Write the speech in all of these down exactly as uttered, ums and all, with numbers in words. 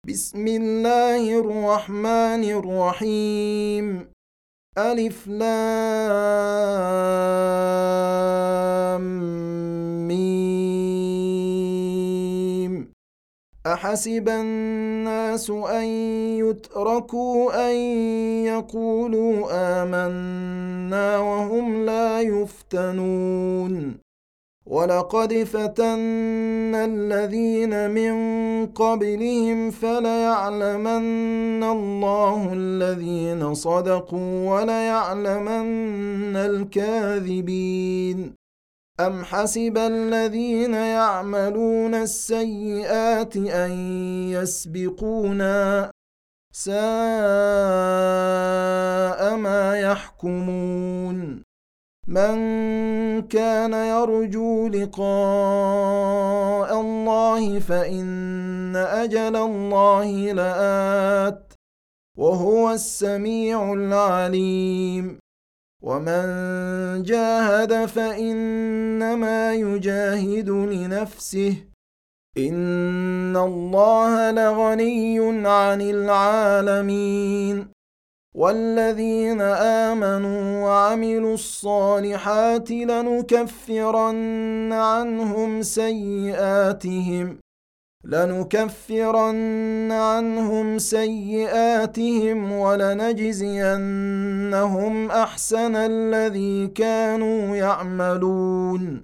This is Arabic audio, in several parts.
بسم الله الرحمن الرحيم. ألف لام ميم. أحسب الناس أن يتركوا أن يقولوا آمنا وهم لا يفتنون. ولقد فتنا الذين من قبلهم فليعلمن الله الذين صدقوا وليعلمن الكاذبين. أم حسب الذين يعملون السيئات أن يسبقونا ساء ما يحكمون. من كان يرجو لقاء الله فإن أجل الله لآت وهو السميع العليم. ومن جاهد فإنما يجاهد لنفسه إن الله لغني عن العالمين. والذين آمنوا وعملوا الصالحات لنكفرن عنهم سيئاتهم لنكفرن عنهم سيئاتهم ولنجزينهم أحسن الذي كانوا يعملون.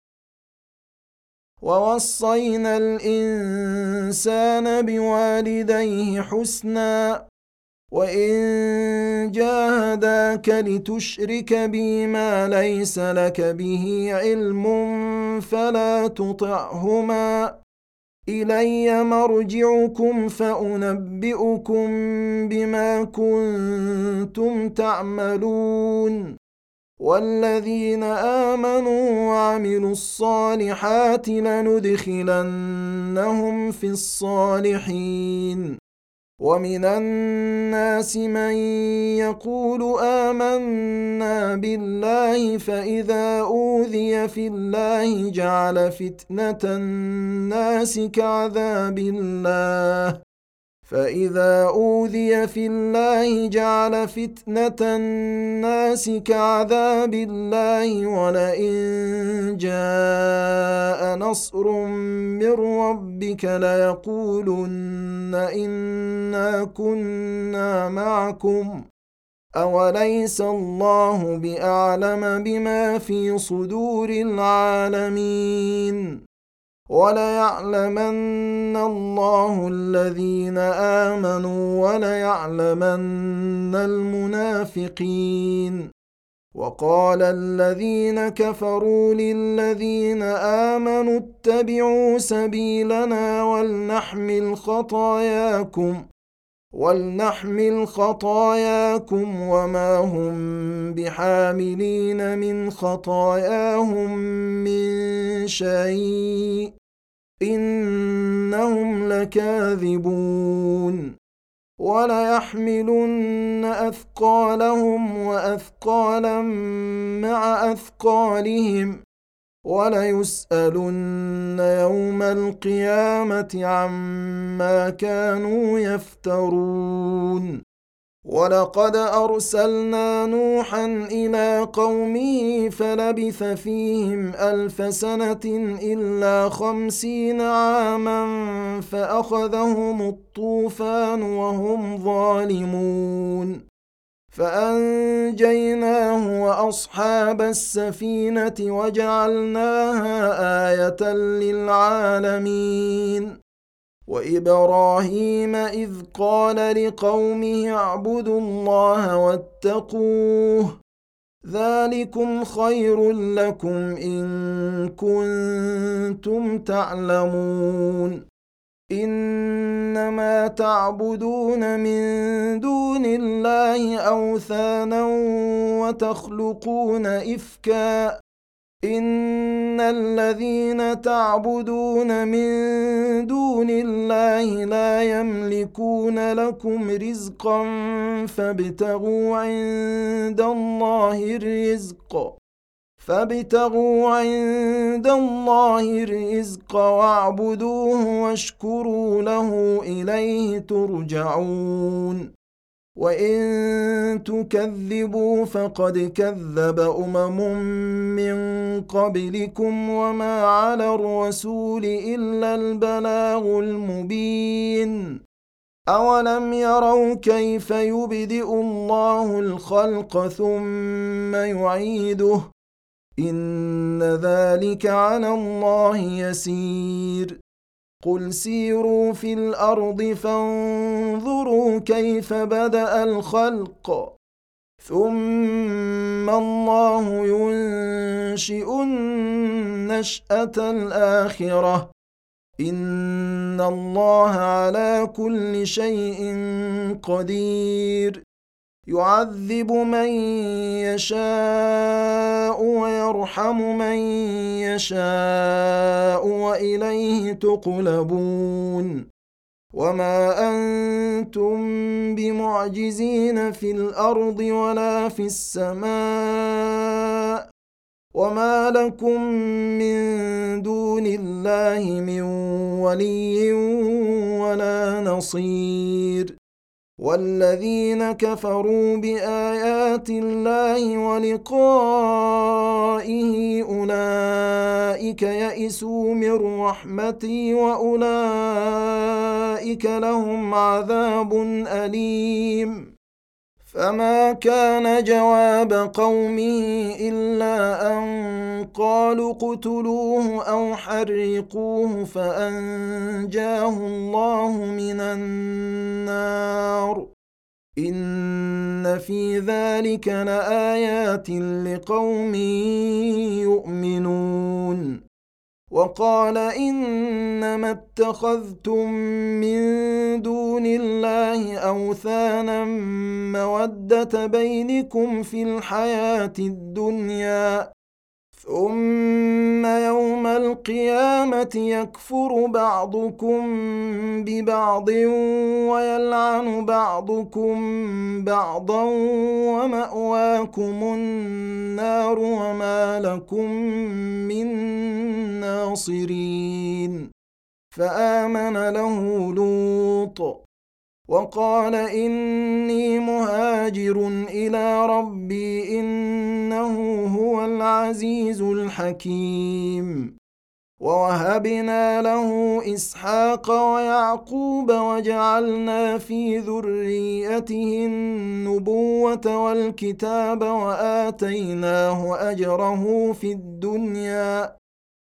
ووصينا الإنسان بوالديه حسنا وإن جاهداك لتشرك بي ما ليس لك به علم فلا تطعهما إلي مرجعكم فأنبئكم بما كنتم تعملون. والذين آمنوا وعملوا الصالحات لندخلنهم في الصالحين. ومن الناس من يقول آمنا بالله فإذا أوذي في الله جعل فتنة الناس كعذاب الله فإذا أوذي في الله جعل فتنة الناس كعذاب الله ولئن جاء نصر من ربك ليقولن إنا كنا معكم أوليس الله بأعلم بما في صدور العالمين. وليعلمن الله الذين آمنوا وليعلمن المنافقين. وقال الذين كفروا للذين آمنوا اتبعوا سبيلنا ولنحمل خطاياكم ولنحمل خطاياكم وما هم بحاملين من خطاياهم من شيء إنهم لكاذبون. وليحملن أثقالهم وأثقالا مع أثقالهم وليسألن يوم القيامة عما كانوا يفترون. ولقد أرسلنا نوحا إلى قومه فلبث فيهم ألف سنة إلا خمسين عاما فأخذهم الطوفان وهم ظالمون فأنجيناه وأصحاب السفينة وجعلناها آية للعالمين. وإبراهيم إذ قال لقومه اعبدوا الله واتقوه ذلكم خير لكم إن كنتم تعلمون. إنما تعبدون من دون الله أوثانا وتخلقون إفكا إن الذين تعبدون من دون الله لا يملكون لكم رزقا فابتغوا عند الله الرزق فابتغوا عند الله الرزق واعبدوه واشكروا له إليه ترجعون وإن تكذبوا فقد كذب أمم من قبلكم وما على الرسول إلا البلاغ المبين أولم يروا كيف يبدئ الله الخلق ثم يعيده إن ذلك على الله يسير قل سيروا في الأرض فانظروا كيف بدأ الخلق ثم الله ينشئ النشأة الآخرة إن الله على كل شيء قدير يعذب من يشاء ويرحم من يشاء وإليه تقلبون وما أنتم بمعجزين في الأرض ولا في السماء وما لكم من دون الله من ولي ولا نصير والذين كفروا بآيات الله ولقائه أولئك يئسوا من رحمتي وأولئك لهم عذاب أليم فما كان جواب قومه إلا أن قالوا اقتلوه أو حرقوه فأنجاه الله من النار إن في ذلك لآيات لقوم يؤمنون وقال إنما اتخذتم من دون الله أوثانا مودة بينكم في الحياة الدنيا ثم يوم القيامة يكفر بعضكم ببعض ويلعن بعضكم بعضا ومأواكم النار وما لكم من ناصرين فآمن له لوط وقال إني مهاجر إلى ربي إنه هو العزيز الحكيم ووهبنا له إسحاق ويعقوب وجعلنا في ذريته النبوة والكتاب وآتيناه أجره في الدنيا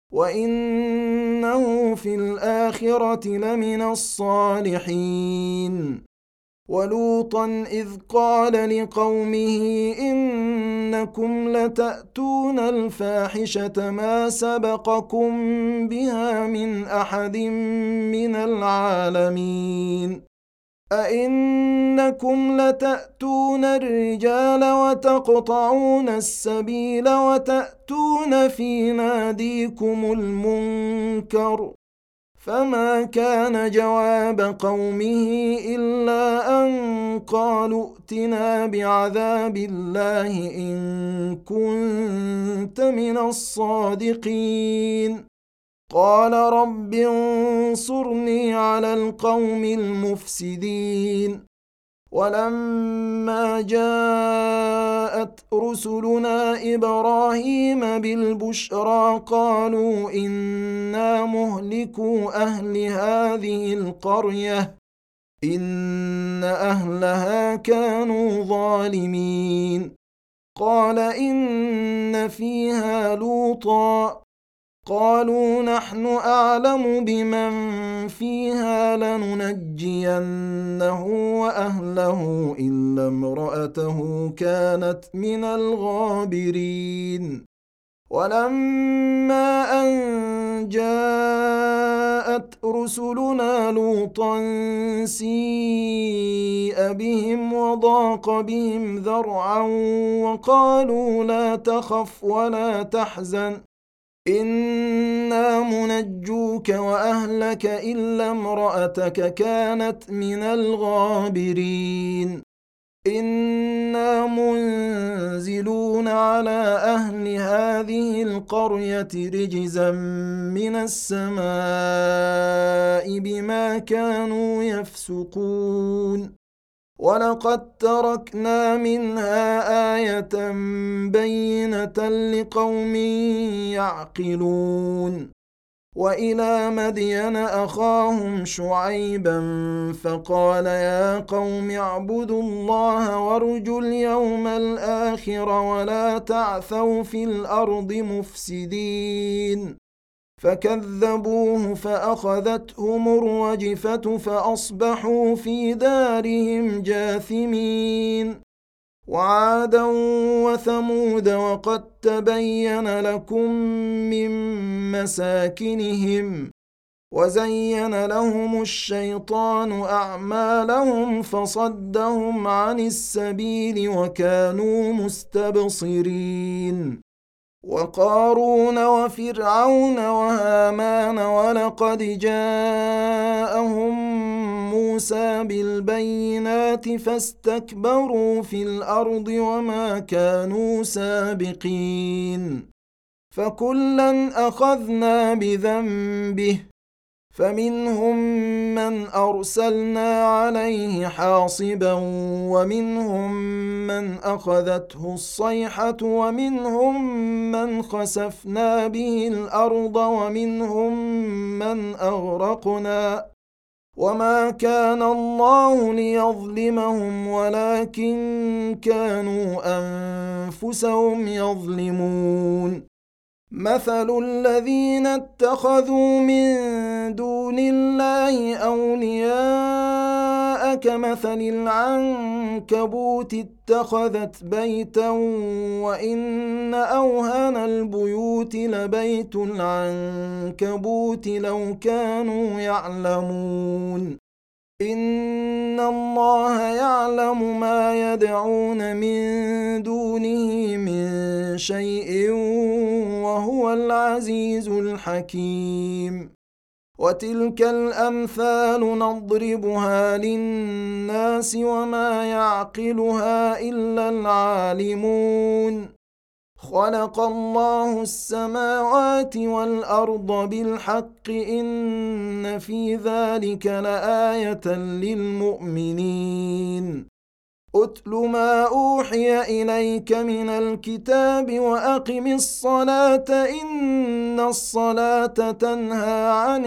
وإنه في الآخرة لمن الصالحين ولوطا إذ قال لقومه إنكم لتأتون الفاحشة ما سبقكم بها من أحد من العالمين أئنكم لتأتون الرجال وتقطعون السبيل وتأتون في ناديكم المنكر فما كان جواب قومه إلا أن قالوا ائتنا بعذاب الله إن كنت من الصادقين قال رب انصرني على القوم المفسدين ولما جاءت رسلنا إبراهيم بالبشرى قالوا إنا مهلكو أهل هذه القرية إن أهلها كانوا ظالمين قال إن فيها لوطا قالوا نحن أعلم بمن فيها لننجينه وأهله إلا امرأته كانت من الغابرين ولما أن جاءت رسلنا لوطا سيء بهم وضاق بهم ذرعا وقالوا لا تخف ولا تحزن إنا منجوك وأهلك إلا امرأتك كانت من الغابرين إنا منزلون على أهل هذه القرية رجزا من السماء بما كانوا يفسقون ولقد تركنا منها آية بينة لقوم يعقلون وإلى مدين أخاهم شعيبا فقال يا قوم اعبدوا الله وارجوا اليوم الآخر ولا تعثوا في الأرض مفسدين فكذبوه فأخذتهم الرجفة فأصبحوا في دارهم جاثمين وعادا وثمود وقد تبين لكم من مساكنهم وزين لهم الشيطان أعمالهم فصدهم عن السبيل وكانوا مستبصرين وقارون وفرعون وهامان ولقد جاءهم موسى بالبينات فاستكبروا في الأرض وما كانوا سابقين فكلا أخذنا بذنبه فمنهم من أرسلنا عليه حاصبا ومنهم من أخذته الصيحة ومنهم من خسفنا به الأرض ومنهم من أغرقنا وما كان الله ليظلمهم ولكن كانوا أنفسهم يظلمون مثل الذين اتخذوا من دون الله أولياء كمثل العنكبوت اتخذت بيتا وإن أوهن البيوت لبيت العنكبوت لو كانوا يعلمون إن الله يعلم ما يدعون من دونه من شيء وهو العزيز الحكيم وتلك الأمثال نضربها للناس وما يعقلها إلا العالمون خلق الله السماوات والأرض بالحق إن في ذلك لآية للمؤمنين أتل ما أوحي إليك من الكتاب وأقم الصلاة إن الصلاة تنهى عن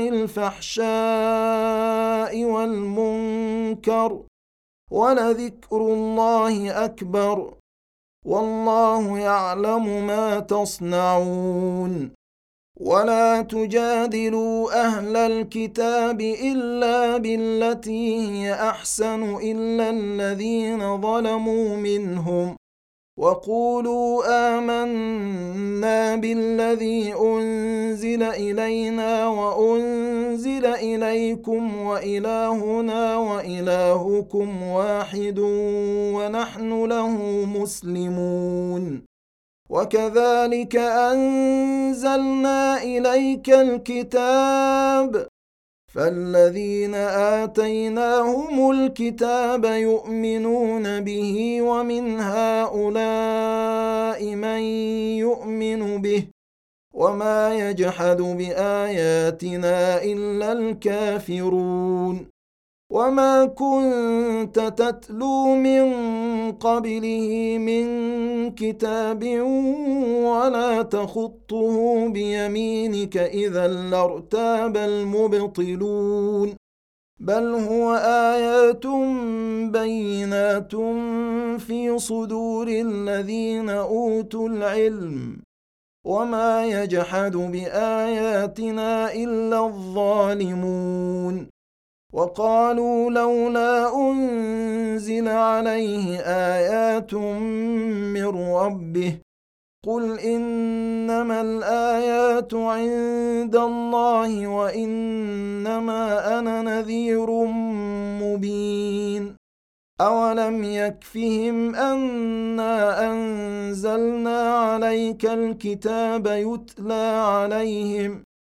الفحشاء والمنكر ولذكر الله أكبر والله يعلم ما تصنعون ولا تجادلوا أهل الكتاب إلا بالتي هي أحسن إلا الذين ظلموا منهم وقولوا آمنا بالذي أنزل إلينا وأنزل إليكم وإلهنا وإلهكم واحد ونحن له مسلمون وكذلك أنزلنا إليك الكتاب فالذين آتيناهم الكتاب يؤمنون به ومن هؤلاء من يؤمن به وما يجحد بآياتنا إلا الكافرون وما كنت تتلو من قبله من كتاب ولا تخطه بيمينك إذا لارتاب المبطلون بل هو آيات بينات في صدور الذين أوتوا العلم وما يجحد بآياتنا إلا الظالمون وقالوا لولا أنزل عليه آيات من ربه قل إنما الآيات عند الله وإنما أنا نذير مبين أولم يكفهم أنا أنزلنا عليك الكتاب يتلى عليهم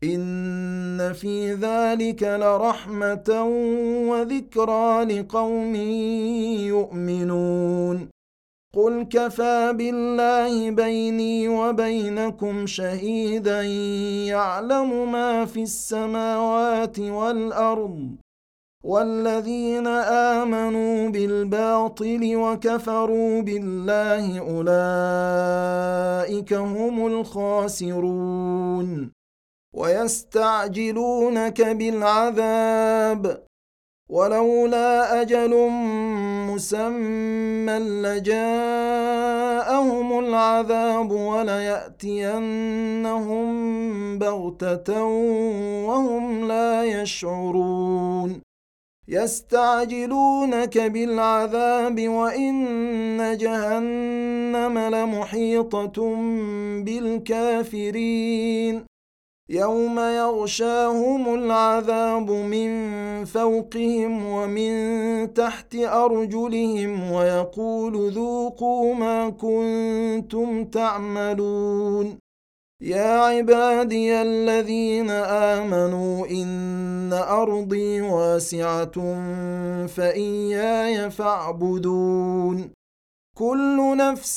إن في ذلك لرحمة وذكرى لقوم يؤمنون قل كفى بالله بيني وبينكم شهيدا يعلم ما في السماوات والأرض والذين آمنوا بالباطل وكفروا بالله أولئك هم الخاسرون ويستعجلونك بالعذاب ولولا أجل مسمى لجاءهم العذاب وليأتينهم بغتة وهم لا يشعرون يستعجلونك بالعذاب وإن جهنم لمحيطة بالكافرين يوم يغشاهم العذاب من فوقهم ومن تحت أرجلهم ويقول ذوقوا ما كنتم تعملون يا عبادي الذين آمنوا إن أرضي واسعة فإياي فاعبدون كل نفس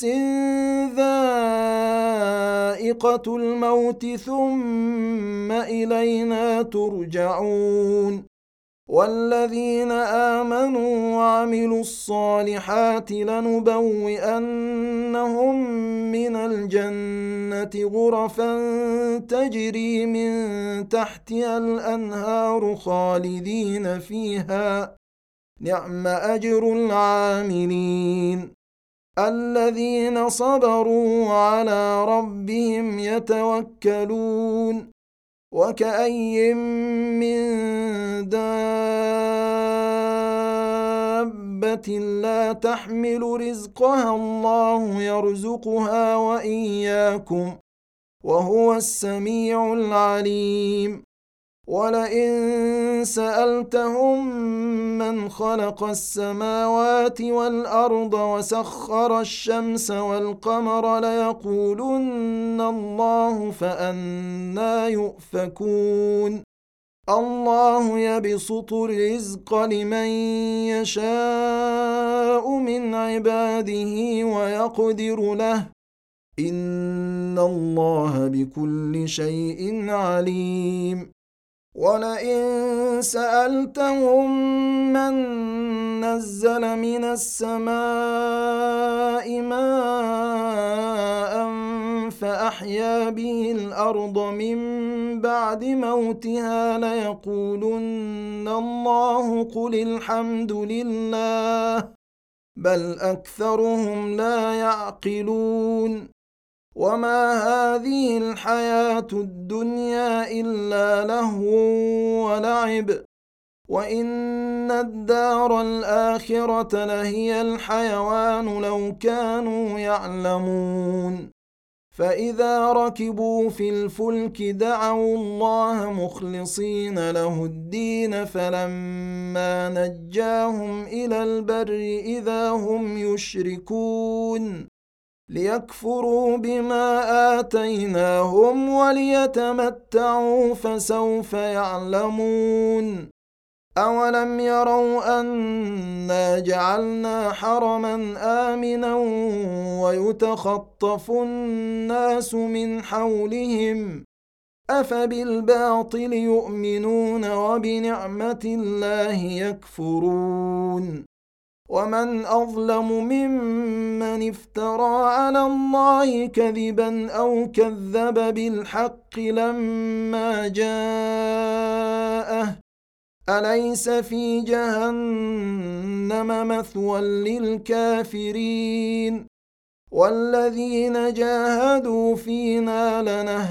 ذائقة الموت ثم إلينا ترجعون والذين آمنوا وعملوا الصالحات لنبوئنهم من الجنة غرفا تجري من تحتها الأنهار خالدين فيها نعم أجر العاملين الذين صبروا على ربهم يتوكلون وكأي من دابة لا تحمل رزقها الله يرزقها وإياكم وهو السميع العليم ولئن سألتهم من خلق السماوات والأرض وسخر الشمس والقمر ليقولن الله فأنى يؤفكون الله يبسط الرزق لمن يشاء من عباده ويقدر له إن الله بكل شيء عليم ولئن سألتهم من نزل من السماء ماء فأحيا به الأرض من بعد موتها ليقولن الله قل الحمد لله بل أكثرهم لا يعقلون وما هذه الحياة الدنيا إلا لهو ولعب وإن الدار الآخرة لهي الحيوان لو كانوا يعلمون فإذا ركبوا في الفلك دعوا الله مخلصين له الدين فلما نجاهم إلى البر إذا هم يشركون ليكفروا بما آتيناهم وليتمتعوا فسوف يعلمون أولم يروا أنا جعلنا حرما آمنا ويتخطف الناس من حولهم أفبالباطل يؤمنون وبنعمة الله يكفرون ومن أظلم ممن افترى على الله كذبا أو كذب بالحق لما جاءه أليس في جهنم مثوى للكافرين والذين جاهدوا فينا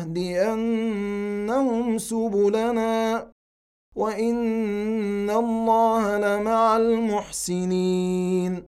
لنهدينهم سبلنا وإن الله لمع المحسنين